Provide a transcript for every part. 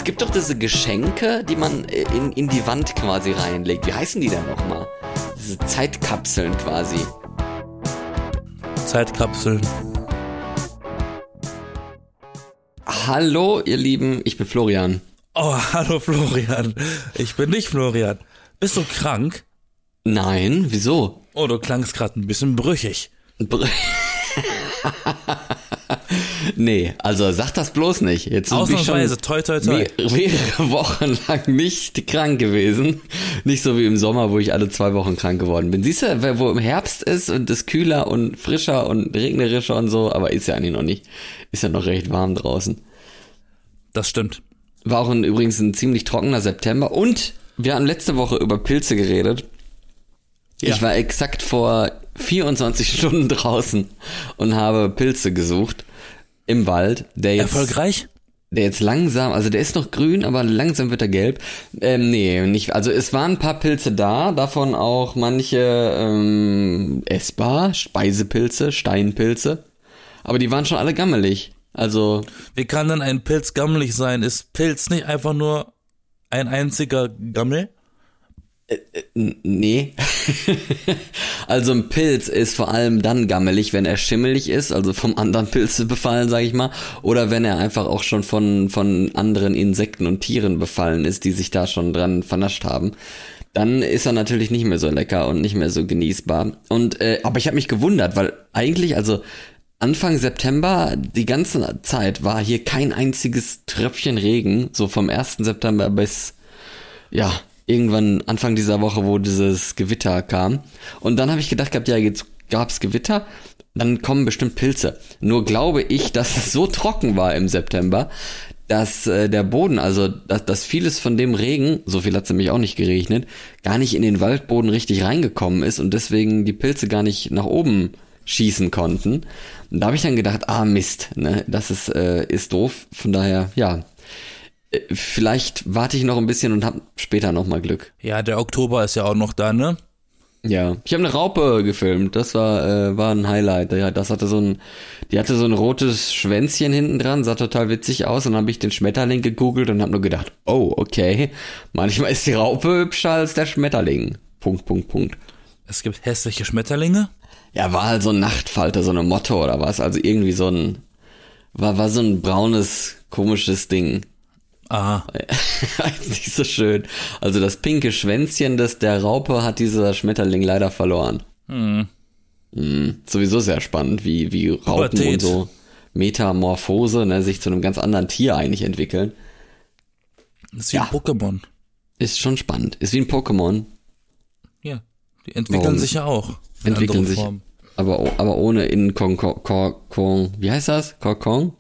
Es gibt doch diese Geschenke, die man in die Wand quasi reinlegt. Wie heißen die denn nochmal? Diese Zeitkapseln quasi. Zeitkapseln. Hallo, ihr Lieben, ich bin Florian. Oh, hallo Florian. Ich bin nicht Florian. Bist du krank? Nein, wieso? Oh, du klangst gerade ein bisschen brüchig. Nee, also sag das bloß nicht. Jetzt bin ich Ausnahmsweise, toi. mehrere Wochen lang nicht krank gewesen. Nicht so wie im Sommer, wo ich alle 2 Wochen krank geworden bin. Siehst du, wo im Herbst ist und es kühler und frischer und regnerischer und so, aber ist ja eigentlich noch nicht. Ist ja noch recht warm draußen. Das stimmt. War auch übrigens ein ziemlich trockener September und wir haben letzte Woche über Pilze geredet. Ja. Ich war exakt vor 24 Stunden draußen und habe Pilze gesucht im Wald. Der jetzt, erfolgreich? Der jetzt langsam, also der ist noch grün, aber langsam wird er gelb. Nee, nicht. Also es waren ein paar Pilze da, davon auch manche essbar, Speisepilze, Steinpilze. Aber die waren schon alle gammelig. Also. Wie kann denn ein Pilz gammelig sein? Ist Pilz nicht einfach nur ein einziger Gammel? Nee. Also ein Pilz ist vor allem dann gammelig, wenn er schimmelig ist, also vom anderen Pilze befallen, sag ich mal, oder wenn er einfach auch schon von anderen Insekten und Tieren befallen ist, die sich da schon dran vernascht haben. Dann ist er natürlich nicht mehr so lecker und nicht mehr so genießbar. Und aber ich habe mich gewundert, weil eigentlich, also Anfang September, die ganze Zeit war hier kein einziges Tröpfchen Regen, so vom 1. September bis, ja, irgendwann Anfang dieser Woche, wo dieses Gewitter kam. Und dann habe ich gedacht gehabt, ja, jetzt gab's Gewitter, dann kommen bestimmt Pilze. Nur glaube ich, dass es so trocken war im September, dass der Boden, also dass vieles von dem Regen, so viel hat's nämlich auch nicht geregnet, gar nicht in den Waldboden richtig reingekommen ist und deswegen die Pilze gar nicht nach oben schießen konnten. Und da habe ich dann gedacht, Mist, ne, das ist doof. Von daher, ja, vielleicht warte ich noch ein bisschen und hab später nochmal Glück. Ja, der Oktober ist ja auch noch da, ne? Ja, ich habe eine Raupe gefilmt, das war ein Highlight. Ja, die hatte so ein rotes Schwänzchen hinten dran, sah total witzig aus und dann habe ich den Schmetterling gegoogelt und habe nur gedacht, oh, okay, manchmal ist die Raupe hübscher als der Schmetterling. Punkt. Es gibt hässliche Schmetterlinge? Ja, war halt so ein Nachtfalter, so eine Motte oder was, also irgendwie war so ein braunes, komisches Ding. Aha. Nicht so schön. Also das pinke Schwänzchen der Raupe hat dieser Schmetterling leider verloren. Sowieso sehr spannend, wie Raupen Pubertät. Und so Metamorphose, ne, sich zu einem ganz anderen Tier eigentlich entwickeln. Das ist wie ein Pokémon. Ist schon spannend. Ist wie ein Pokémon. Ja, die entwickeln sich ja auch. Entwickeln sich. Aber ohne in wie heißt das? Kokon?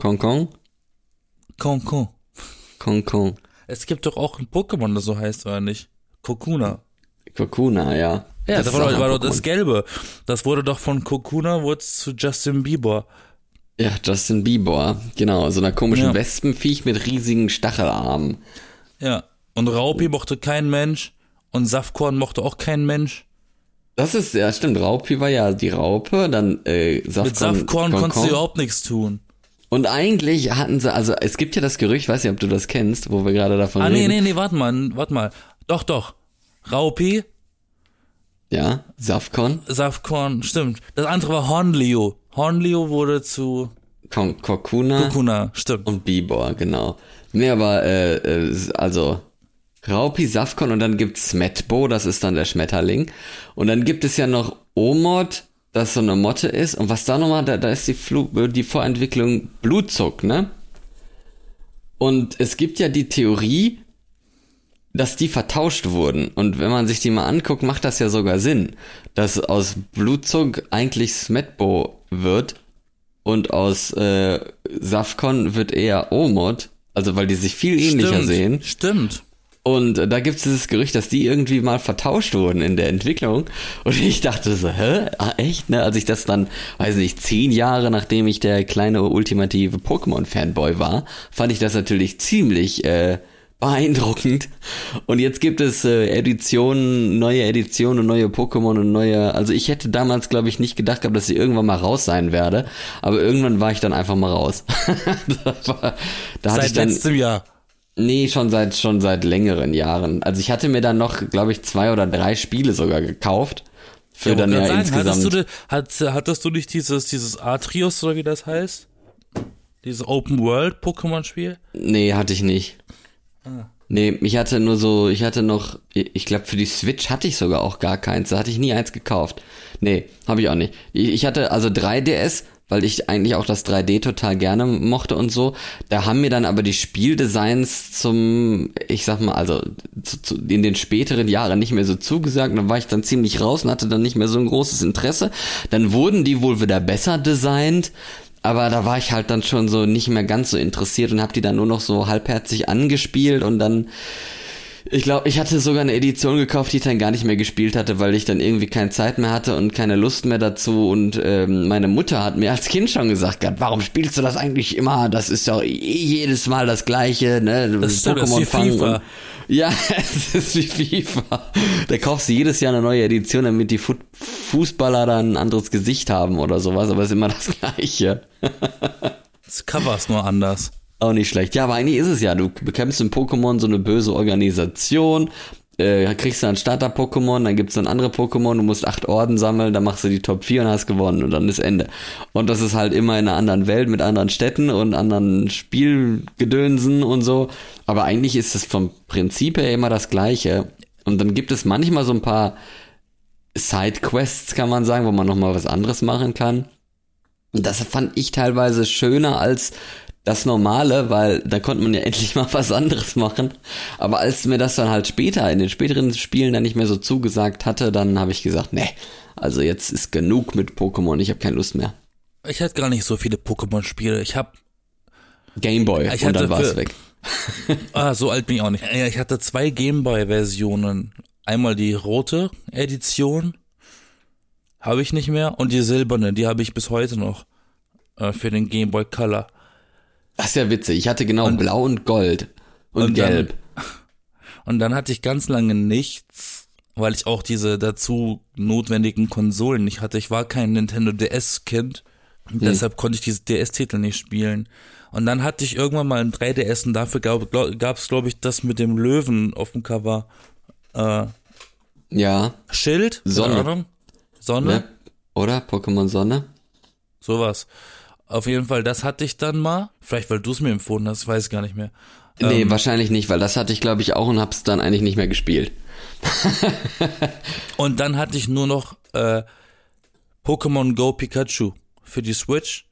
Konkon. Es gibt doch auch ein Pokémon, das so heißt, oder nicht? Kokuna, ja. Ja, das war doch das Gelbe. Das wurde doch von Kokuna zu Justin Bieber. Ja, Justin Bieber, genau. So einer komischen Wespenviech mit riesigen Stachelarmen. Ja, und Raupi mochte kein Mensch und Safkorn mochte auch kein Mensch. Das ist, ja stimmt, Raupi war ja die Raupe, dann Safkorn. Mit Safkorn konntest du überhaupt nichts tun. Und eigentlich hatten sie, also es gibt ja das Gerücht, weiß nicht, ob du das kennst, wo wir gerade davon reden. Nee, warte mal. Doch. Raupi. Ja, Safkorn, stimmt. Das andere war Hornlio. Hornlio wurde zu Kokuna, stimmt. Und Bieber, genau. Nee, aber also Raupi, Safkorn und dann gibt's Smetbo, das ist dann der Schmetterling. Und dann gibt es ja noch Omod, das so eine Motte ist. Und was da nochmal, da ist die Vorentwicklung Blutzuck, ne? Und es gibt ja die Theorie, dass die vertauscht wurden. Und wenn man sich die mal anguckt, macht das ja sogar Sinn, dass aus Blutzuck eigentlich Smetbo wird und aus Safkorn wird eher Omod. Also weil die sich viel ähnlicher sehen. Stimmt. Und da gibt es dieses Gerücht, dass die irgendwie mal vertauscht wurden in der Entwicklung. Und ich dachte so, echt? Ne? Als ich das dann, weiß nicht, 10 Jahre nachdem ich der kleine ultimative Pokémon-Fanboy war, fand ich das natürlich ziemlich beeindruckend. Und jetzt gibt es neue Editionen und neue Pokémon und also ich hätte damals, glaube ich, nicht gedacht gehabt, dass ich irgendwann mal raus sein werde. Aber irgendwann war ich dann einfach mal raus. Seit letztem Jahr. Nee, schon seit längeren Jahren. Also ich hatte mir dann noch, glaube ich, 2 oder 3 Spiele sogar gekauft. Für dann ja insgesamt. Hattest du nicht dieses Atrios oder wie das heißt? Dieses Open World Pokémon-Spiel? Nee, hatte ich nicht. Nee, ich hatte noch, ich glaube für die Switch hatte ich sogar auch gar keins, da hatte ich nie eins gekauft. Nee, habe ich auch nicht. Ich hatte also 3DS, weil ich eigentlich auch das 3D total gerne mochte und so. Da haben mir dann aber die Spieldesigns ich sag mal, also in den späteren Jahren nicht mehr so zugesagt. Da war ich dann ziemlich raus und hatte dann nicht mehr so ein großes Interesse. Dann wurden die wohl wieder besser designt. Aber da war ich halt dann schon so nicht mehr ganz so interessiert und habe die dann nur noch so halbherzig angespielt und dann, ich glaube, ich hatte sogar eine Edition gekauft, die ich dann gar nicht mehr gespielt hatte, weil ich dann irgendwie keine Zeit mehr hatte und keine Lust mehr dazu und meine Mutter hat mir als Kind schon gesagt gehabt, warum spielst du das eigentlich immer? Das ist doch jedes Mal das Gleiche, ne? Pokémon fangen. Ja, es ist wie FIFA. Da kaufst du jedes Jahr eine neue Edition, damit die Fußballer dann ein anderes Gesicht haben oder sowas, aber es ist immer das Gleiche. Das Cover ist nur anders. Auch nicht schlecht. Ja, aber eigentlich ist es ja, du bekämpfst in Pokémon so eine böse Organisation, kriegst du ein Starter-Pokémon, dann gibt's dann andere Pokémon, du musst 8 Orden sammeln, dann machst du die Top 4 und hast gewonnen und dann ist Ende. Und das ist halt immer in einer anderen Welt mit anderen Städten und anderen Spielgedönsen und so. Aber eigentlich ist es vom Prinzip her immer das Gleiche. Und dann gibt es manchmal so ein paar Side-Quests, kann man sagen, wo man nochmal was anderes machen kann. Und das fand ich teilweise schöner als das Normale, weil da konnte man ja endlich mal was anderes machen. Aber als mir das dann halt später, in den späteren Spielen dann nicht mehr so zugesagt hatte, dann habe ich gesagt, nee, also jetzt ist genug mit Pokémon, ich habe keine Lust mehr. Ich hatte gar nicht so viele Pokémon-Spiele. Ich habe Gameboy und dann war es weg. So alt bin ich auch nicht. Ich hatte 2 Gameboy-Versionen. Einmal die rote Edition, habe ich nicht mehr, und die silberne, die habe ich bis heute noch für den Gameboy Color. Das ist ja witzig. Ich hatte genau Blau und Gold und Gelb. Und dann hatte ich ganz lange nichts, weil ich auch diese dazu notwendigen Konsolen nicht hatte. Ich war kein Nintendo DS-Kind. Deshalb konnte ich diese DS-Titel nicht spielen. Und dann hatte ich irgendwann mal ein 3DS und dafür gab es, glaube ich, das mit dem Löwen auf dem Cover. Ja. Schild? Sonne. Sonne? Ne? Oder? Pokémon Sonne? Sowas. Auf jeden Fall, das hatte ich dann mal. Vielleicht, weil du es mir empfohlen hast, weiß ich gar nicht mehr. Nee, wahrscheinlich nicht, weil das hatte ich, glaube ich, auch und hab's dann eigentlich nicht mehr gespielt. Und dann hatte ich nur noch Pokémon Go Pikachu für die Switch.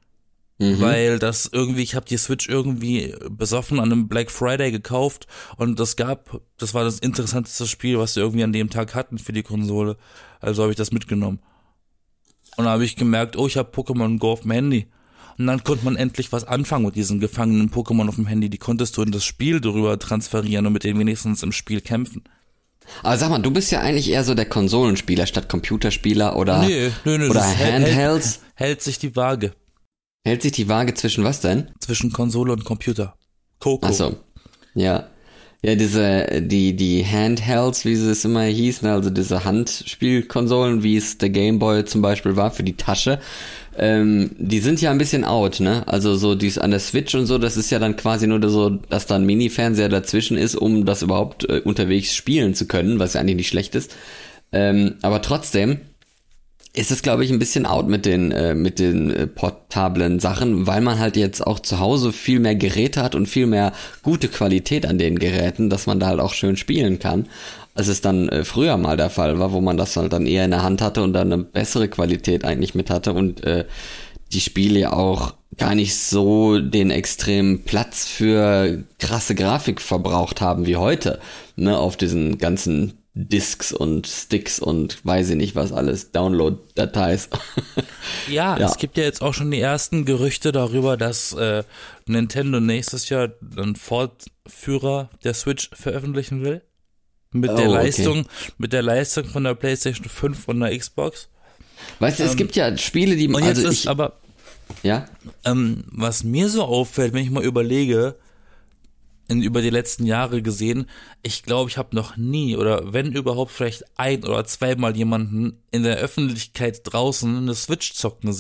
Weil das irgendwie, ich habe die Switch irgendwie besoffen an einem Black Friday gekauft und das war das interessanteste Spiel, was wir irgendwie an dem Tag hatten für die Konsole. Also habe ich das mitgenommen. Und dann habe ich gemerkt, ich habe Pokémon Go auf dem Handy. Und dann konnte man endlich was anfangen mit diesen gefangenen Pokémon auf dem Handy. Die konntest du in das Spiel drüber transferieren und mit denen wenigstens im Spiel kämpfen. Aber sag mal, du bist ja eigentlich eher so der Konsolenspieler statt Computerspieler oder Handhelds. Hält sich die Waage. Hält sich die Waage zwischen was denn? Zwischen Konsole und Computer. Coco. Ach so. Ja. Ja, die Handhelds, wie es immer hieß, ne, also diese Handspielkonsolen, wie es der Gameboy zum Beispiel war für die Tasche, die sind ja ein bisschen out, ne? Also so dies an der Switch und so, das ist ja dann quasi nur so, dass da ein Mini-Fernseher dazwischen ist, um das überhaupt unterwegs spielen zu können, was ja eigentlich nicht schlecht ist. Aber trotzdem ist es, glaube ich, ein bisschen out mit den portablen Sachen, weil man halt jetzt auch zu Hause viel mehr Geräte hat und viel mehr gute Qualität an den Geräten, dass man da halt auch schön spielen kann, als es dann früher mal der Fall war, wo man das halt dann eher in der Hand hatte und dann eine bessere Qualität eigentlich mit hatte und die Spiele ja auch gar nicht so den extremen Platz für krasse Grafik verbraucht haben wie heute, ne, auf diesen ganzen Discs und Sticks und weiß ich nicht was alles, Download-Dateis. Ja, es gibt ja jetzt auch schon die ersten Gerüchte darüber, dass Nintendo nächstes Jahr einen Fortführer der Switch veröffentlichen will. Mit der Leistung von der PlayStation 5 und der Xbox. Weißt du, es gibt ja Spiele, die... Und jetzt ist aber... Ja? Was mir so auffällt, wenn ich mal überlege, über die letzten Jahre gesehen, ich glaube, ich habe noch nie oder wenn überhaupt vielleicht 1- oder 2-mal jemanden in der Öffentlichkeit draußen eine Switch zocken sehen.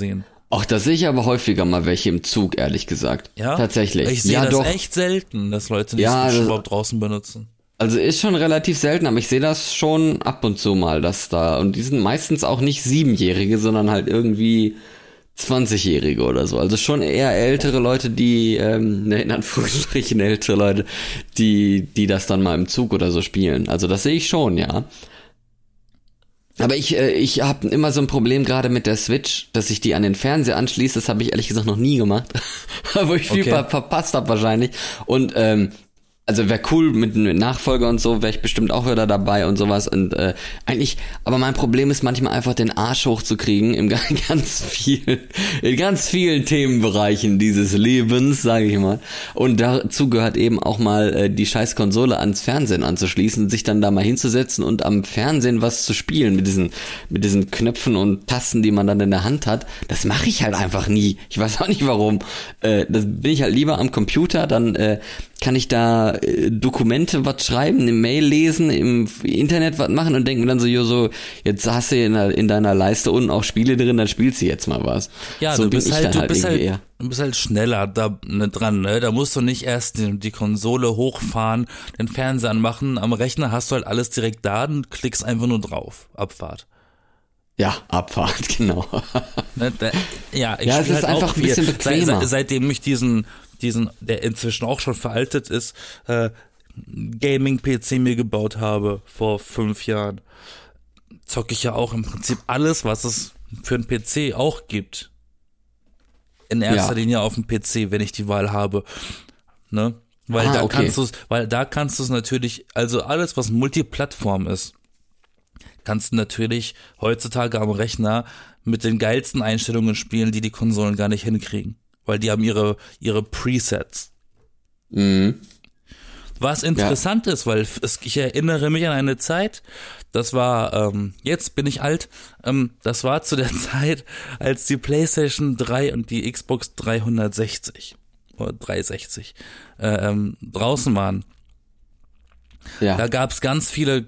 Ach, da sehe ich aber häufiger mal welche im Zug, ehrlich gesagt. Ja? Tatsächlich. Ich sehe ja, das doch. echt selten, dass Leute die Ja, Switch überhaupt draußen benutzen. Also ist schon relativ selten, aber ich sehe das schon ab und zu mal, dass da, und die sind meistens auch nicht 7-Jährige, sondern halt irgendwie 20-Jährige oder so. Also schon eher ältere Leute, die, in Anführungsstrichen ältere Leute, die das dann mal im Zug oder so spielen. Also das sehe ich schon, ja. Aber ich habe immer so ein Problem gerade mit der Switch, dass ich die an den Fernseher anschließe. Das habe ich ehrlich gesagt noch nie gemacht, wo ich viel verpasst habe wahrscheinlich. Und also wäre cool mit einem Nachfolger und so, wäre ich bestimmt auch wieder dabei und sowas. Und eigentlich, aber mein Problem ist manchmal einfach den Arsch hochzukriegen in ganz vielen Themenbereichen dieses Lebens, sage ich mal. Und dazu gehört eben auch mal die scheiß Konsole ans Fernsehen anzuschließen, sich dann da mal hinzusetzen und am Fernsehen was zu spielen mit diesen Knöpfen und Tasten, die man dann in der Hand hat. Das mache ich halt einfach nie. Ich weiß auch nicht warum. Das bin ich halt lieber am Computer, dann kann ich da Dokumente was schreiben, eine Mail lesen, im Internet was machen und denke mir dann so, jetzt hast du in deiner Leiste unten auch Spiele drin, dann spielst du jetzt mal was. Ja, so du bist halt schneller da dran, ne? Da musst du nicht erst die Konsole hochfahren, den Fernseher anmachen, am Rechner hast du halt alles direkt da und klickst einfach nur drauf. Abfahrt. Ja, Abfahrt, genau. Ne, ich es ist halt einfach ein bisschen bequemer. Seitdem ich diesen, der inzwischen auch schon veraltet ist, Gaming-PC mir gebaut habe vor 5 Jahren, zocke ich ja auch im Prinzip alles, was es für einen PC auch gibt. In erster Linie auf dem PC, wenn ich die Wahl habe. Ne? Weil da kannst du es natürlich, also alles, was Multiplattform ist, kannst du natürlich heutzutage am Rechner mit den geilsten Einstellungen spielen, die Konsolen gar nicht hinkriegen. Weil die haben ihre Presets. Mhm. Was interessant ist, weil ich erinnere mich an eine Zeit, das war, jetzt bin ich alt, das war zu der Zeit, als die PlayStation 3 und die Xbox 360 oder 360 draußen waren. Ja. Da gab es ganz viele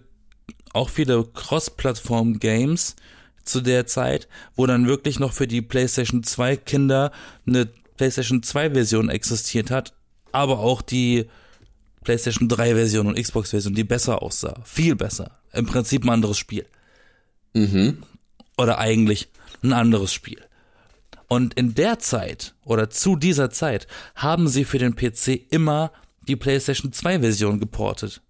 Cross-Plattform-Games zu der Zeit, wo dann wirklich noch für die PlayStation 2 Kinder eine PlayStation 2 Version existiert hat, aber auch die PlayStation 3 Version und Xbox Version, die besser aussah. Viel besser. Im Prinzip ein anderes Spiel. Mhm. Oder eigentlich ein anderes Spiel. Und in der Zeit oder zu dieser Zeit haben sie für den PC immer die PlayStation 2 Version geportet.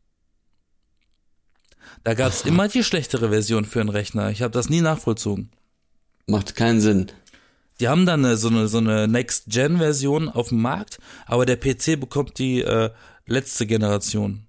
Da gab es immer die schlechtere Version für einen Rechner. Ich habe das nie nachvollzogen. Macht keinen Sinn. Die haben dann so eine Next-Gen-Version auf dem Markt, aber der PC bekommt die letzte Generation.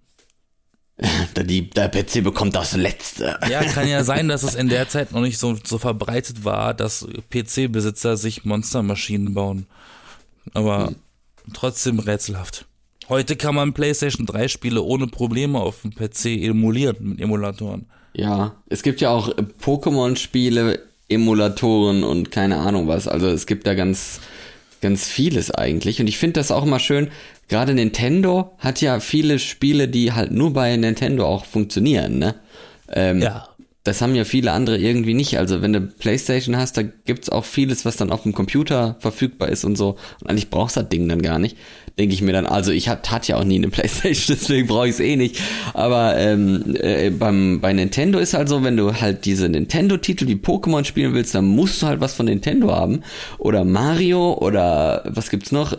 Der PC bekommt das letzte. Ja, kann ja sein, dass es in der Zeit noch nicht so verbreitet war, dass PC-Besitzer sich Monstermaschinen bauen. Aber trotzdem rätselhaft. Heute kann man PlayStation 3 Spiele ohne Probleme auf dem PC emulieren mit Emulatoren. Ja, es gibt ja auch Pokémon-Spiele, Emulatoren und keine Ahnung was. Also es gibt da ganz, ganz vieles eigentlich. Und ich finde das auch immer schön, gerade Nintendo hat ja viele Spiele, die halt nur bei Nintendo auch funktionieren, ne? Ja. Das haben ja viele andere irgendwie nicht. Also wenn du PlayStation hast, da gibt's auch vieles, was dann auf dem Computer verfügbar ist und so. Und eigentlich brauchst du das Ding dann gar nicht. Denke ich mir dann, also ich hatte ja auch nie eine PlayStation, deswegen brauche ich es eh nicht. Aber bei Nintendo ist halt so, wenn du halt diese Nintendo-Titel wie Pokémon spielen willst, dann musst du halt was von Nintendo haben. Oder Mario oder was gibt's noch?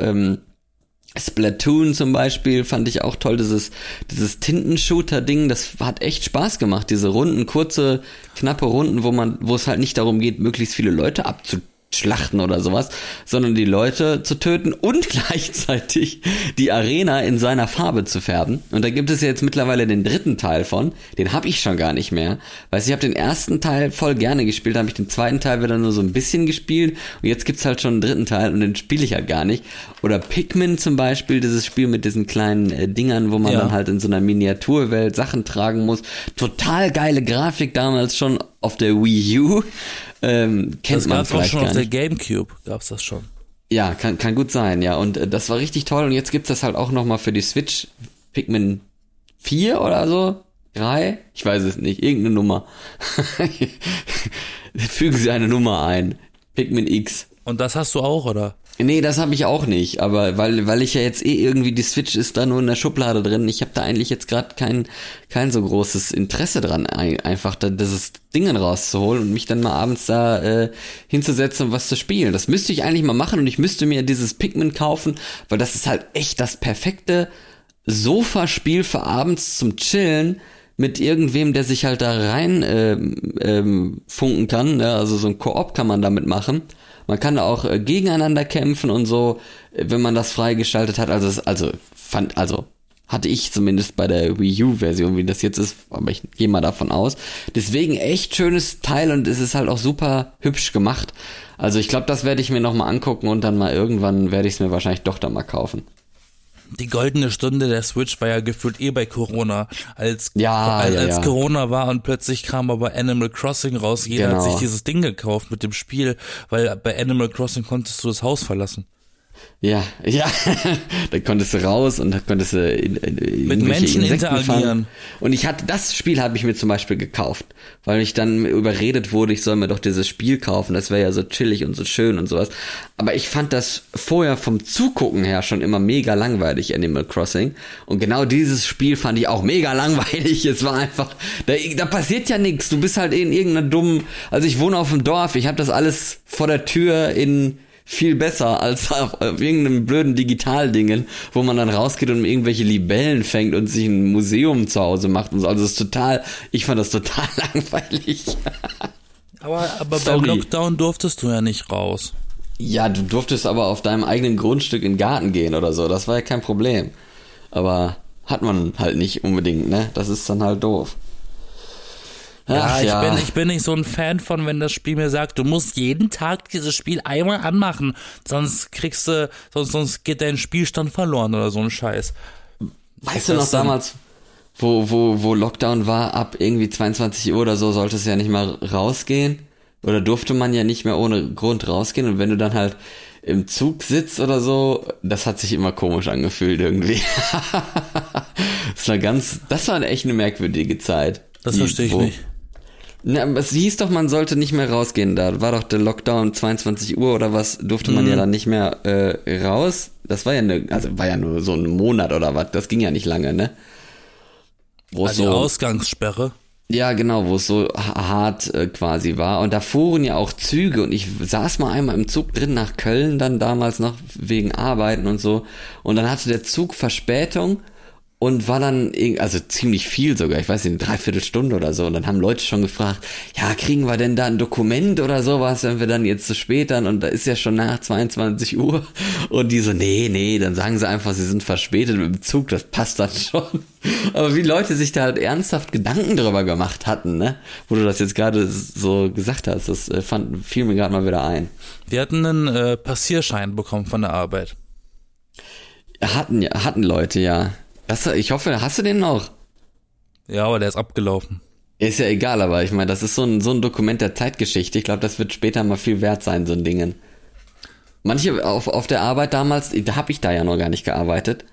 Splatoon zum Beispiel fand ich auch toll, dieses Tintenshooter-Ding, das hat echt Spaß gemacht, diese Runden, kurze, knappe Runden, wo es halt nicht darum geht, möglichst viele Leute abzuschlachten oder sowas, sondern die Leute zu töten und gleichzeitig die Arena in seiner Farbe zu färben. Und da gibt es ja jetzt mittlerweile den 3. Teil von, den habe ich schon gar nicht mehr. Weißt du, ich habe den 1. Teil voll gerne gespielt, habe ich den 2. Teil wieder nur so ein bisschen gespielt und jetzt gibt's halt schon einen 3. Teil und den spiele ich halt gar nicht. Oder Pikmin zum Beispiel, dieses Spiel mit diesen kleinen Dingern, wo man dann halt in so einer Miniaturwelt Sachen tragen muss. Total geile Grafik damals schon auf der Wii U. Kennt das man gab's vielleicht auch schon gar auf der nicht. GameCube, gab's das schon. Ja, kann gut sein, ja. Und das war richtig toll. Und jetzt gibt's das halt auch nochmal für die Switch. Pikmin 4 oder so? 3? Ich weiß es nicht. Irgendeine Nummer. Fügen Sie eine Nummer ein. Pikmin X. Und das hast du auch, oder? Nee, das habe ich auch nicht, aber weil ich ja jetzt irgendwie, die Switch ist da nur in der Schublade drin, ich habe da eigentlich jetzt gerade kein so großes Interesse dran, einfach dieses Dingen rauszuholen und mich dann mal abends da hinzusetzen und was zu spielen. Das müsste ich eigentlich mal machen und ich müsste mir dieses Pikmin kaufen, weil das ist halt echt das perfekte Sofaspiel für abends zum Chillen mit irgendwem, der sich halt da rein funken kann, ne? Also so ein Koop kann man damit machen. Man kann da auch gegeneinander kämpfen und so, wenn man das freigeschaltet hat. Hatte ich zumindest bei der Wii U-Version, wie das jetzt ist, aber ich gehe mal davon aus. Deswegen echt schönes Teil und es ist halt auch super hübsch gemacht. Also ich glaube, das werde ich mir nochmal angucken und dann mal irgendwann werde ich es mir wahrscheinlich doch dann mal kaufen. Die goldene Stunde der Switch war ja gefühlt bei Corona, als Corona war und plötzlich kam aber Animal Crossing raus. Jeder hat sich dieses Ding gekauft mit dem Spiel, weil bei Animal Crossing konntest du das Haus verlassen. Ja, da konntest du raus und da konntest du mit Menschen interagieren. Fangen. Und das Spiel habe ich mir zum Beispiel gekauft, weil ich dann überredet wurde, ich soll mir doch dieses Spiel kaufen, das wäre ja so chillig und so schön und sowas. Aber ich fand das vorher vom Zugucken her schon immer mega langweilig, Animal Crossing. Und genau dieses Spiel fand ich auch mega langweilig. Es war einfach, da passiert ja nichts. Du bist halt in irgendeiner also ich wohne auf dem Dorf, ich habe das alles vor der Tür in viel besser als auf irgendeinem blöden Digitaldingen, wo man dann rausgeht und irgendwelche Libellen fängt und sich ein Museum zu Hause macht und so. Also ich fand das total langweilig. Aber beim Lockdown durftest du ja nicht raus. Ja, du durftest aber auf deinem eigenen Grundstück in den Garten gehen oder so. Das war ja kein Problem. Aber hat man halt nicht unbedingt, ne? Das ist dann halt doof. Ich bin nicht so ein Fan von, wenn das Spiel mir sagt, du musst jeden Tag dieses Spiel einmal anmachen, sonst geht dein Spielstand verloren oder so ein Scheiß. Weißt du noch damals, wo Lockdown war, ab irgendwie 22 Uhr oder so, sollte es ja nicht mal rausgehen? Oder durfte man ja nicht mehr ohne Grund rausgehen? Und wenn du dann halt im Zug sitzt oder so, das hat sich immer komisch angefühlt irgendwie. Das war echt eine merkwürdige Zeit. Das verstehe ich nicht. Na, es hieß doch, man sollte nicht mehr rausgehen. Da war doch der Lockdown 22 Uhr oder was, durfte man ja dann nicht mehr raus. Das war ja war ja nur so ein Monat oder was. Das ging ja nicht lange, ne? Also die Ausgangssperre. Ja, genau, wo es so hart quasi war. Und da fuhren ja auch Züge und ich saß mal einmal im Zug drin nach Köln dann damals noch wegen Arbeiten und so. Und dann hatte der Zug Verspätung. Und war dann, also ziemlich viel sogar, ich weiß nicht, eine Dreiviertelstunde oder so. Und dann haben Leute schon gefragt, ja, kriegen wir denn da ein Dokument oder sowas, wenn wir dann jetzt zu spät dann, und da ist ja schon nach 22 Uhr. Und die so, nee, dann sagen sie einfach, sie sind verspätet mit dem Zug, das passt dann schon. Aber wie Leute sich da halt ernsthaft Gedanken drüber gemacht hatten, ne? Wo du das jetzt gerade so gesagt hast, das fiel mir gerade mal wieder ein. Wir hatten einen Passierschein bekommen von der Arbeit. Hatten Leute, ja. Ich hoffe, hast du den noch? Ja, aber der ist abgelaufen. Ist ja egal, aber ich meine, das ist so ein Dokument der Zeitgeschichte. Ich glaube, das wird später mal viel wert sein, so ein Dingen. Manche auf der Arbeit damals, da habe ich da ja noch gar nicht gearbeitet,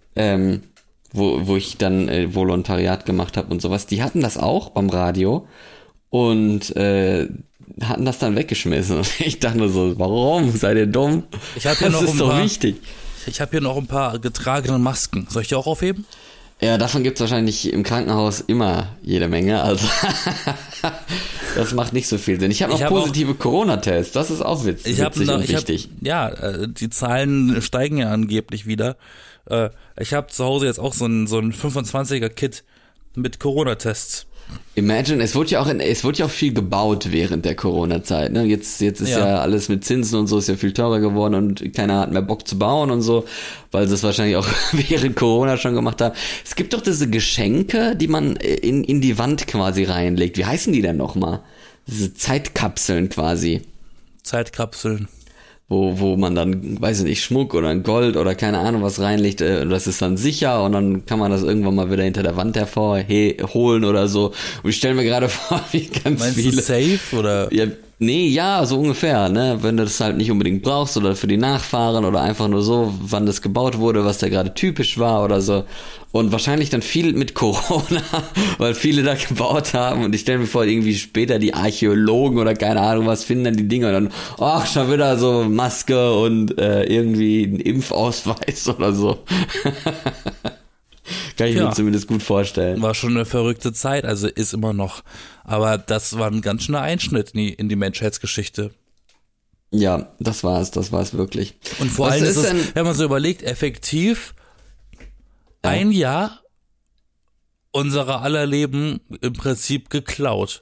wo ich dann Volontariat gemacht habe und sowas, die hatten das auch beim Radio und hatten das dann weggeschmissen. Und ich dachte nur so, warum? Seid ihr dumm? Das ist doch wichtig. Ich habe hier noch ein paar getragene Masken. Soll ich die auch aufheben? Ja, davon gibt's wahrscheinlich im Krankenhaus immer jede Menge. Also das macht nicht so viel Sinn. Ich habe noch positive Corona-Tests. Das ist auch witzig und wichtig. Die Zahlen steigen ja angeblich wieder. Ich habe zu Hause jetzt auch so ein 25er-Kit mit Corona-Tests. Imagine, es wurde ja auch viel gebaut während der Corona-Zeit, ne? Jetzt ist ja alles mit Zinsen und so, ist ja viel teurer geworden und keiner hat mehr Bock zu bauen und so, weil sie es wahrscheinlich auch während Corona schon gemacht haben. Es gibt doch diese Geschenke, die man in die Wand quasi reinlegt. Wie heißen die denn nochmal? Diese Zeitkapseln quasi. Zeitkapseln. Wo man dann, weiß ich nicht, Schmuck oder ein Gold oder keine Ahnung was reinlegt, und das ist dann sicher und dann kann man das irgendwann mal wieder hinter der Wand hervorholen oder so. Und ich stelle mir gerade vor, wie ganz Meinst viele... du safe oder? Ja, Nee, ja, so ungefähr, ne? Wenn du das halt nicht unbedingt brauchst oder für die Nachfahren oder einfach nur so, wann das gebaut wurde, was da gerade typisch war oder so. Und wahrscheinlich dann viel mit Corona, weil viele da gebaut haben. Und ich stelle mir vor, irgendwie später die Archäologen oder keine Ahnung was finden dann die Dinger und dann, ach, schon wieder so Maske und irgendwie ein Impfausweis oder so. Kann ich mir zumindest gut vorstellen. War schon eine verrückte Zeit, also ist immer noch. Aber das war ein ganz schöner Einschnitt in die Menschheitsgeschichte. Ja, das war es wirklich. Und vor allem ist es, wenn man so überlegt, effektiv ein Jahr unserer aller Leben im Prinzip geklaut.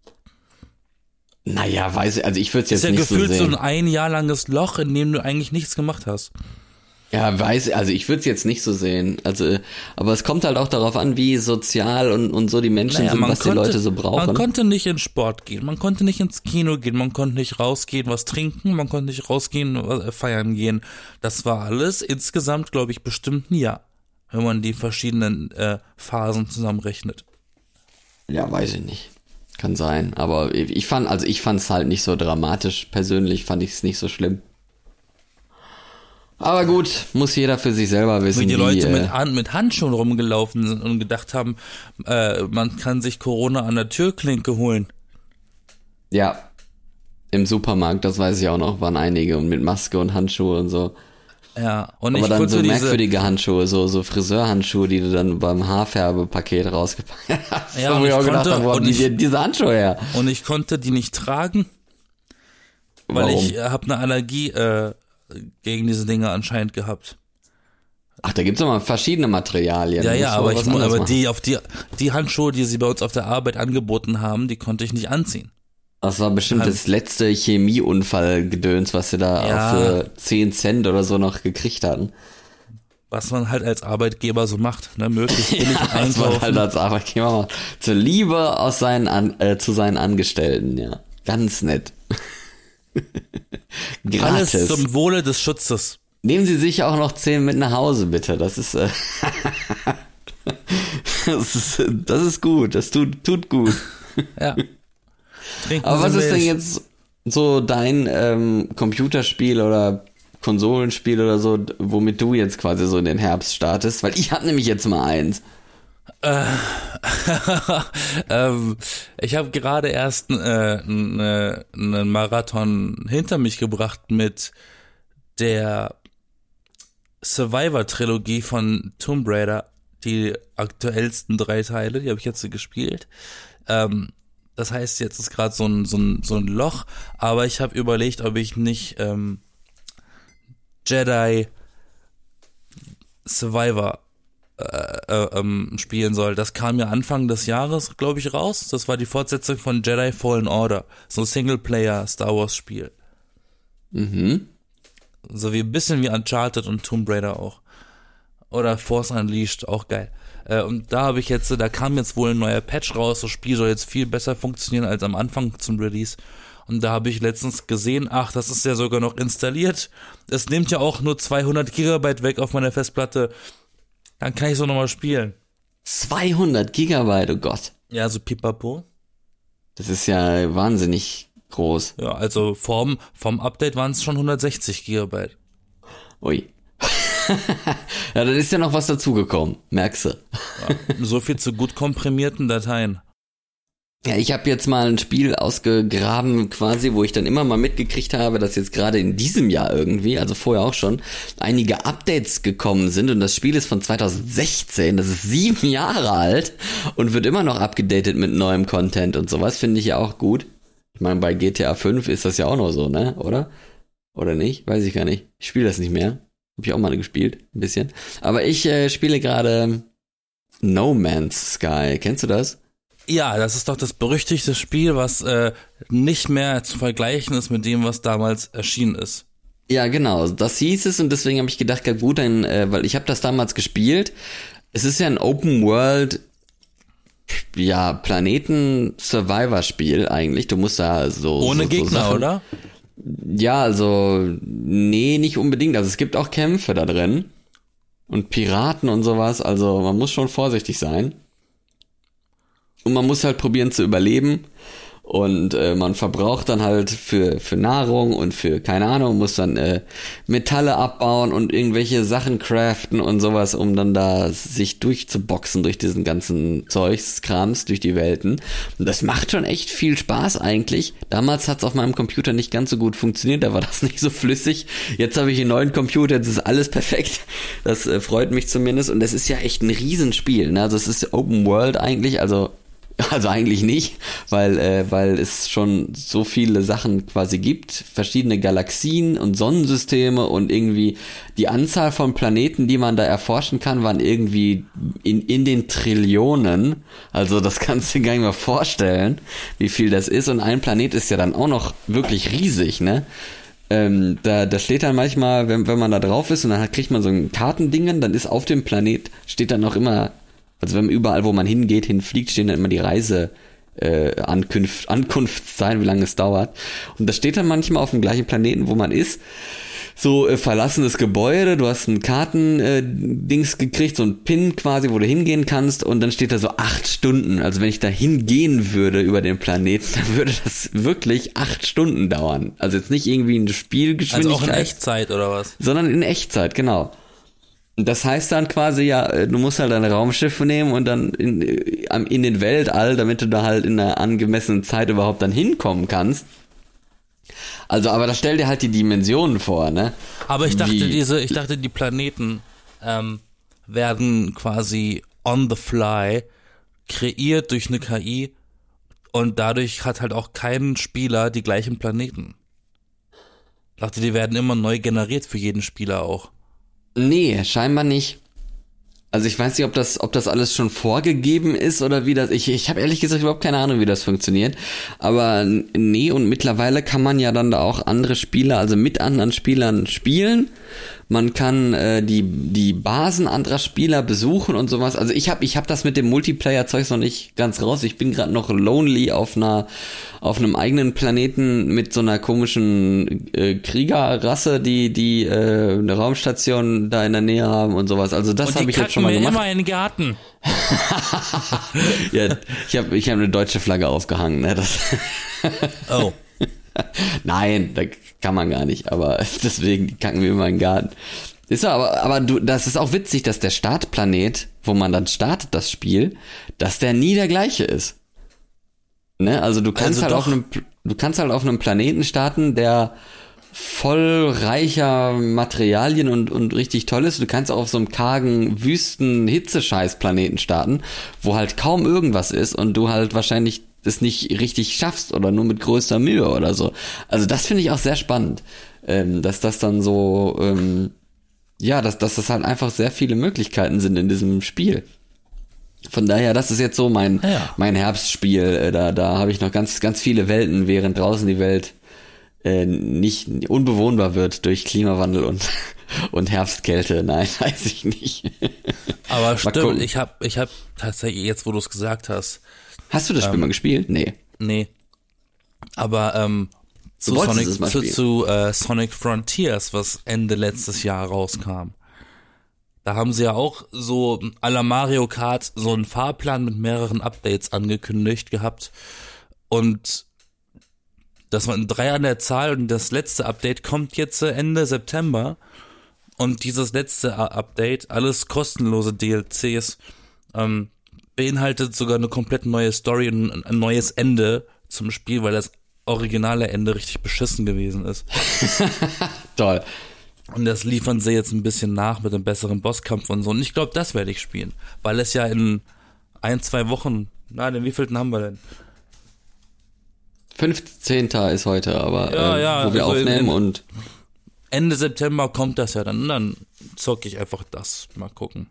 Naja, also ich würde es jetzt nicht so sehen. Ist ja gefühlt so ein Jahr langes Loch, in dem du eigentlich nichts gemacht hast. Ja, also ich würde es jetzt nicht so sehen. Also, aber es kommt halt auch darauf an, wie sozial und so die Menschen sind, was die Leute so brauchen. Man konnte nicht in Sport gehen, man konnte nicht ins Kino gehen, man konnte nicht rausgehen, was trinken, man konnte nicht rausgehen, feiern gehen. Das war alles insgesamt, glaube ich, bestimmt ein Jahr, wenn man die verschiedenen Phasen zusammenrechnet. Ja, weiß ich nicht. Kann sein. Aber ich fand es halt nicht so dramatisch. Persönlich fand ich es nicht so schlimm. Aber gut, muss jeder für sich selber wissen. Wie die Leute mit Handschuhen rumgelaufen sind und gedacht haben, man kann sich Corona an der Türklinke holen. Ja, im Supermarkt, das weiß ich auch noch, waren einige und mit Maske und Handschuhe und so. Ja, und aber dann so merkwürdige Handschuhe, so Friseurhandschuhe, die du dann beim Haarfärbepaket rausgepackt hast. Ja, und ich auch gedacht habe, wo haben die diese Handschuhe her? Und ich konnte die nicht tragen, weil ich habe eine Allergie gegen diese Dinge anscheinend gehabt. Ach, da gibt's doch mal verschiedene Materialien. Ja, aber die Handschuhe, die sie bei uns auf der Arbeit angeboten haben, die konnte ich nicht anziehen. Das war bestimmt das letzte Chemieunfallgedöns, was sie da für 10 Cent oder so noch gekriegt hatten. Was man halt als Arbeitgeber so macht, ne? Möglichst billig einkaufen. Was man halt als Arbeitgeber macht. Zur Liebe zu seinen Angestellten, ja. Ganz nett. Gratis. Alles zum Wohle des Schutzes. Nehmen Sie sich auch noch 10 mit nach Hause, bitte. Das ist das ist gut. Das tut gut. Ja. Aber was ist denn jetzt so dein Computerspiel oder Konsolenspiel oder so, womit du jetzt quasi so in den Herbst startest? Weil ich habe nämlich jetzt mal eins. Ich habe gerade erst einen Marathon hinter mich gebracht mit der Survivor-Trilogie von Tomb Raider, die aktuellsten 3 Teile, die habe ich jetzt gespielt. Das heißt, jetzt ist gerade so ein Loch, aber ich habe überlegt, ob ich nicht Jedi Survivor spielen soll. Das kam ja Anfang des Jahres, glaube ich, raus. Das war die Fortsetzung von Jedi Fallen Order. So ein Singleplayer Star Wars Spiel. Mhm. So wie ein bisschen wie Uncharted und Tomb Raider auch. Oder Force Unleashed, auch geil. Und da kam jetzt wohl ein neuer Patch raus. Das Spiel soll jetzt viel besser funktionieren als am Anfang zum Release. Und da habe ich letztens gesehen, ach, das ist ja sogar noch installiert. Es nimmt ja auch nur 200 Gigabyte weg auf meiner Festplatte. Dann kann ich so nochmal spielen. 200 Gigabyte, oh Gott. Ja, so pipapo. Das ist ja wahnsinnig groß. Ja, also vom Update waren es schon 160 Gigabyte. Ui. Ja, dann ist ja noch was dazugekommen, merkst du. Ja, so viel zu gut komprimierten Dateien. Ja, ich habe jetzt mal ein Spiel ausgegraben quasi, wo ich dann immer mal mitgekriegt habe, dass jetzt gerade in diesem Jahr irgendwie, also vorher auch schon, einige Updates gekommen sind und das Spiel ist von 2016, das ist 7 Jahre alt und wird immer noch abgedatet mit neuem Content und sowas, finde ich ja auch gut. Ich meine, bei GTA 5 ist das ja auch noch so, ne, oder? Oder nicht? Weiß ich gar nicht. Ich spiele das nicht mehr. Hab ich auch mal gespielt, ein bisschen. Aber ich spiele gerade No Man's Sky, kennst du das? Ja, das ist doch das berüchtigte Spiel, was nicht mehr zu vergleichen ist mit dem, was damals erschienen ist. Ja, genau, das hieß es und deswegen habe ich gedacht, ja gut, weil ich habe das damals gespielt. Es ist ja ein Open World, ja, Planeten-Survivor-Spiel eigentlich. Du musst da so... Ohne Gegner, Sachen, oder? Ja, also, nee, nicht unbedingt. Also es gibt auch Kämpfe da drin und Piraten und sowas. Also man muss schon vorsichtig sein. Und man muss halt probieren zu überleben. und man verbraucht dann halt für Nahrung und für, keine Ahnung, muss dann Metalle abbauen und irgendwelche Sachen craften und sowas, um dann da sich durchzuboxen durch diesen ganzen Krams, durch die Welten. Und das macht schon echt viel Spaß eigentlich. Damals hat's auf meinem Computer nicht ganz so gut funktioniert, da war das nicht so flüssig. Jetzt habe ich einen neuen Computer, jetzt ist alles perfekt. Das freut mich zumindest und das ist ja echt ein Riesenspiel, ne? Also es ist Open World eigentlich, also eigentlich nicht, weil es schon so viele Sachen quasi gibt, verschiedene Galaxien und Sonnensysteme und irgendwie die Anzahl von Planeten, die man da erforschen kann, waren irgendwie in den Trillionen. Also das kannst du dir gar nicht mal vorstellen, wie viel das ist. Und ein Planet ist ja dann auch noch wirklich riesig, ne? Da steht dann manchmal, wenn man da drauf ist und dann kriegt man so ein Kartendingen, dann ist auf dem Planet, steht dann noch immer, also wenn man überall, wo man hinfliegt, stehen dann immer die Ankunftszeiten, wie lange es dauert. Und das steht dann manchmal auf dem gleichen Planeten, wo man ist. So verlassenes Gebäude, du hast ein Kartendings gekriegt, so ein Pin quasi, wo du hingehen kannst und dann steht da so 8 Stunden. Also wenn ich da hingehen würde über den Planeten, dann würde das wirklich 8 Stunden dauern. Also jetzt nicht irgendwie eine Spielgeschwindigkeit. Also auch in Echtzeit oder was? Sondern in Echtzeit, genau. Das heißt dann quasi, ja, du musst halt ein Raumschiff nehmen und dann in den Weltall, damit du da halt in einer angemessenen Zeit überhaupt dann hinkommen kannst. Also, aber da stell dir halt die Dimensionen vor, ne? Aber ich dachte, die Planeten werden quasi on the fly kreiert durch eine KI und dadurch hat halt auch kein Spieler die gleichen Planeten. Ich dachte, die werden immer neu generiert für jeden Spieler auch. Nee, scheinbar nicht. Also ich weiß nicht, ob das alles schon vorgegeben ist oder wie das. Ich habe ehrlich gesagt überhaupt keine Ahnung, wie das funktioniert. Aber nee, und mittlerweile kann man ja dann da auch andere Spieler, also mit anderen Spielern spielen. Man kann die Basen anderer Spieler besuchen und sowas. Also ich hab das mit dem Multiplayer-Zeugs noch nicht ganz raus. Ich bin gerade noch lonely auf einem eigenen Planeten mit so einer komischen Kriegerrasse, die eine Raumstation da in der Nähe haben und sowas. Also das habe ich jetzt schon mal gemacht. Immer in den Garten. Ja, ich hab eine deutsche Flagge aufgehangen. Ne? Oh. Nein, da kann man gar nicht, aber deswegen kacken wir immer in den Garten. Ist aber das ist auch witzig, dass der Startplanet, wo man dann startet das Spiel, dass der nie der gleiche ist. Ne? Also du kannst halt auf einem Planeten starten, der voll reicher Materialien und richtig toll ist. Du kannst auch auf so einem kargen Wüsten-Hitzescheiß-Planeten starten, wo halt kaum irgendwas ist und du halt wahrscheinlich das nicht richtig schaffst oder nur mit größter Mühe oder so. Also das finde ich auch sehr spannend, dass das dann so, dass das halt einfach sehr viele Möglichkeiten sind in diesem Spiel. Von daher, das ist jetzt so mein Herbstspiel. Da habe ich noch ganz, ganz viele Welten, während draußen die Welt nicht unbewohnbar wird durch Klimawandel und Herbstkälte. Nein, weiß ich nicht. Aber stimmt, ich hab tatsächlich, jetzt wo du es gesagt hast. Hast du das Spiel mal gespielt? Nee. Aber zu Sonic Frontiers, was Ende letztes Jahr rauskam. Da haben sie ja auch so à la Mario Kart so einen Fahrplan mit mehreren Updates angekündigt gehabt. Und das waren 3 an der Zahl und das letzte Update kommt jetzt Ende September. Und dieses letzte Update, alles kostenlose DLCs, beinhaltet sogar eine komplett neue Story und ein neues Ende zum Spiel, weil das originale Ende richtig beschissen gewesen ist. Toll. Und das liefern sie jetzt ein bisschen nach mit einem besseren Bosskampf und so. Und ich glaube, das werde ich spielen, weil es ja in 1-2 Wochen, den wievielten haben wir denn? 15. ist heute, aber wo wir also aufnehmen und Ende September kommt das ja dann. Und dann zocke ich einfach das. Mal gucken.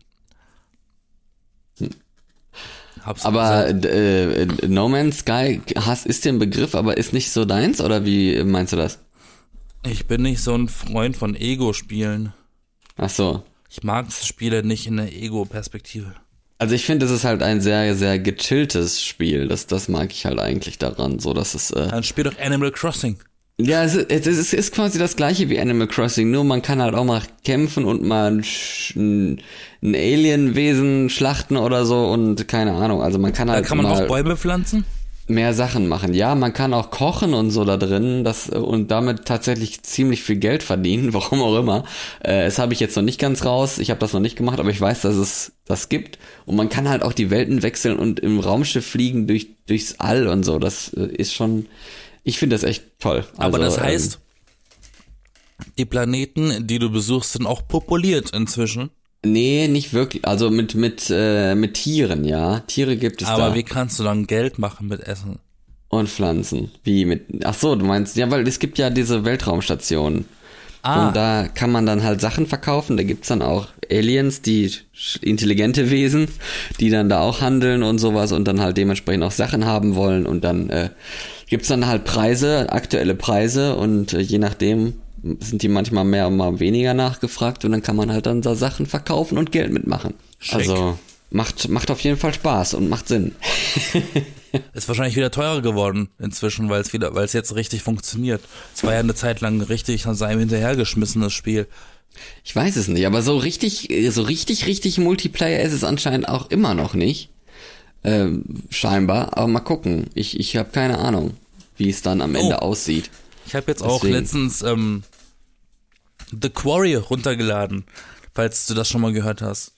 Aber No Man's Sky ist dir ein Begriff, aber ist nicht so deins, oder wie meinst du das? Ich bin nicht so ein Freund von Ego-Spielen. Ach so. Ich mag Spiele nicht in der Ego-Perspektive. Also ich finde, es ist halt ein sehr, sehr gechilltes Spiel. Das mag ich halt eigentlich daran, so dass es. Dann spiel doch Animal Crossing. Ja, es ist quasi das gleiche wie Animal Crossing, nur man kann halt auch mal kämpfen und mal ein Alienwesen schlachten oder so und keine Ahnung. Also man kann halt. Kann man auch Bäume pflanzen? mehr Sachen machen. Ja, man kann auch kochen und so da drin und damit tatsächlich ziemlich viel Geld verdienen, warum auch immer. Das habe ich jetzt noch nicht ganz raus, ich habe das noch nicht gemacht, aber ich weiß, dass es das gibt. Und man kann halt auch die Welten wechseln und im Raumschiff fliegen durchs All und so. Das ist schon, ich finde das echt toll. Aber das heißt, die Planeten, die du besuchst, sind auch populiert inzwischen? Nee, nicht wirklich. Also mit Tieren, ja. Tiere gibt es da. Aber wie kannst du dann Geld machen mit Essen? Und Pflanzen. Ach so, du meinst, ja, weil es gibt ja diese Weltraumstationen. Und da kann man dann halt Sachen verkaufen. Da gibt's dann auch Aliens, die intelligente Wesen, die dann da auch handeln und sowas und dann halt dementsprechend auch Sachen haben wollen. Und dann gibt's dann halt Preise, aktuelle Preise und je nachdem sind die manchmal mehr und mal weniger nachgefragt und dann kann man halt dann da Sachen verkaufen und Geld mitmachen. Schick. Also macht auf jeden Fall Spaß und macht Sinn. Ist wahrscheinlich wieder teurer geworden inzwischen, weil es jetzt richtig funktioniert. Es war ja eine Zeit lang richtig, haben sie einem hinterhergeschmissen, das Spiel. Ich weiß es nicht, aber so richtig Multiplayer ist es anscheinend auch immer noch nicht. Scheinbar, aber mal gucken. Ich habe keine Ahnung, wie es dann am Ende aussieht. Ich habe jetzt auch letztens The Quarry runtergeladen, falls du das schon mal gehört hast.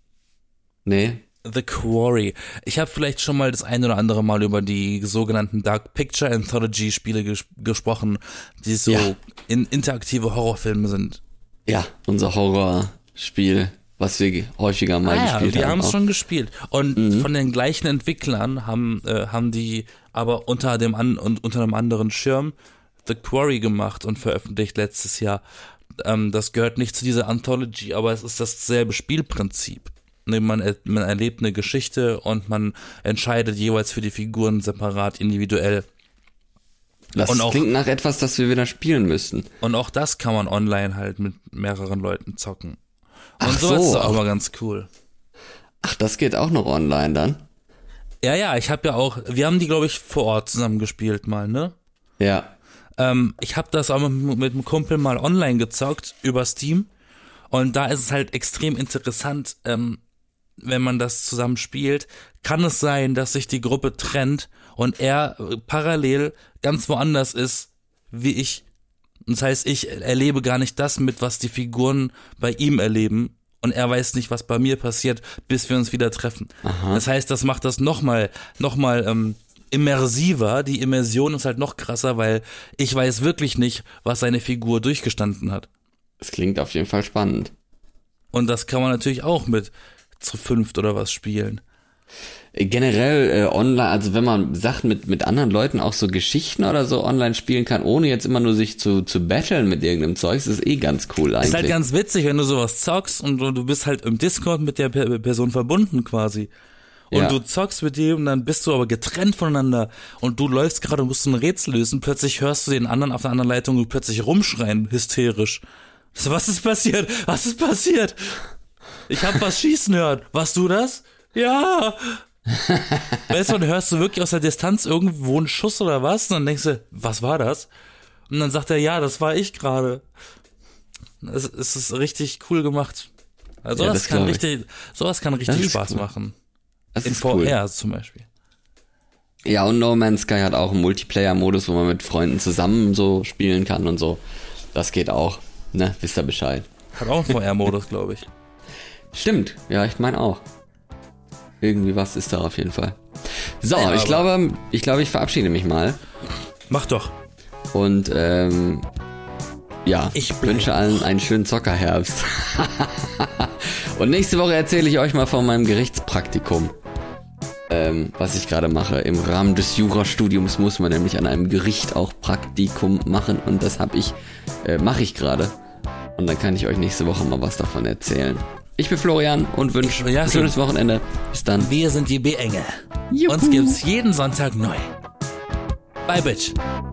Nee. The Quarry. Ich habe vielleicht schon mal das ein oder andere Mal über die sogenannten Dark Picture Anthology Spiele gesprochen, die so interaktive Horrorfilme sind. Ja, unser Horrorspiel, was wir häufiger mal gespielt haben. Wir haben es schon gespielt. Und von den gleichen Entwicklern haben die aber unter einem anderen Schirm The Quarry gemacht und veröffentlicht letztes Jahr. Das gehört nicht zu dieser Anthology, aber es ist dasselbe Spielprinzip. Man erlebt eine Geschichte und man entscheidet jeweils für die Figuren separat, individuell. Das klingt nach etwas, das wir wieder spielen müssten. Und auch das kann man online halt mit mehreren Leuten zocken. Und Ach so ist so, es auch mal ganz cool. Ach, das geht auch noch online dann? Ja, wir haben die, glaube ich, vor Ort zusammen gespielt mal, ne? Ja. Ich habe das auch mit einem Kumpel mal online gezockt über Steam. Und da ist es halt extrem interessant, wenn man das zusammen spielt, kann es sein, dass sich die Gruppe trennt und er parallel ganz woanders ist, wie ich. Das heißt, ich erlebe gar nicht das mit, was die Figuren bei ihm erleben und er weiß nicht, was bei mir passiert, bis wir uns wieder treffen. Aha. Das heißt, das macht das nochmal immersiver. Die Immersion ist halt noch krasser, weil ich weiß wirklich nicht, was seine Figur durchgestanden hat. Das klingt auf jeden Fall spannend. Und das kann man natürlich auch mit zu 5 oder was spielen. Generell online, also wenn man Sachen mit anderen Leuten, auch so Geschichten oder so online spielen kann, ohne jetzt immer nur sich zu battlen mit irgendeinem Zeugs, ist ganz cool eigentlich. Ist halt ganz witzig, wenn du sowas zockst und du bist halt im Discord mit der Person verbunden quasi. Und du zockst mit dem, dann bist du aber getrennt voneinander und du läufst gerade und musst ein Rätsel lösen, plötzlich hörst du den anderen auf der anderen Leitung plötzlich rumschreien, hysterisch. So, was ist passiert? Was ist passiert? Ich hab was schießen hören. Warst du das? Ja. Weißt du, und hörst du wirklich aus der Distanz irgendwo einen Schuss oder was? Und dann denkst du, was war das? Und dann sagt er, ja, das war ich gerade. Es ist richtig cool gemacht. Also sowas kann richtig Spaß machen. Das in ist VR cool. zum Beispiel. Ja, und No Man's Sky hat auch einen Multiplayer-Modus, wo man mit Freunden zusammen so spielen kann und so. Das geht auch. Ne, wisst ihr Bescheid. Hat auch einen VR-Modus, glaube ich. Stimmt, ja, ich meine auch. Irgendwie was ist da auf jeden Fall. So, Ja, ich glaube, ich verabschiede mich mal. Mach doch. Und Ich wünsche allen einen schönen Zockerherbst. Und nächste Woche erzähle ich euch mal von meinem Gerichtspraktikum. Was ich gerade mache. Im Rahmen des Jurastudiums muss man nämlich an einem Gericht auch Praktikum machen und das mache ich gerade. Und dann kann ich euch nächste Woche mal was davon erzählen. Ich bin Florian und wünsche ein schönes Wochenende. Bis dann. Wir sind die B-Engel. Uns gibt's jeden Sonntag neu. Bye, Bitch.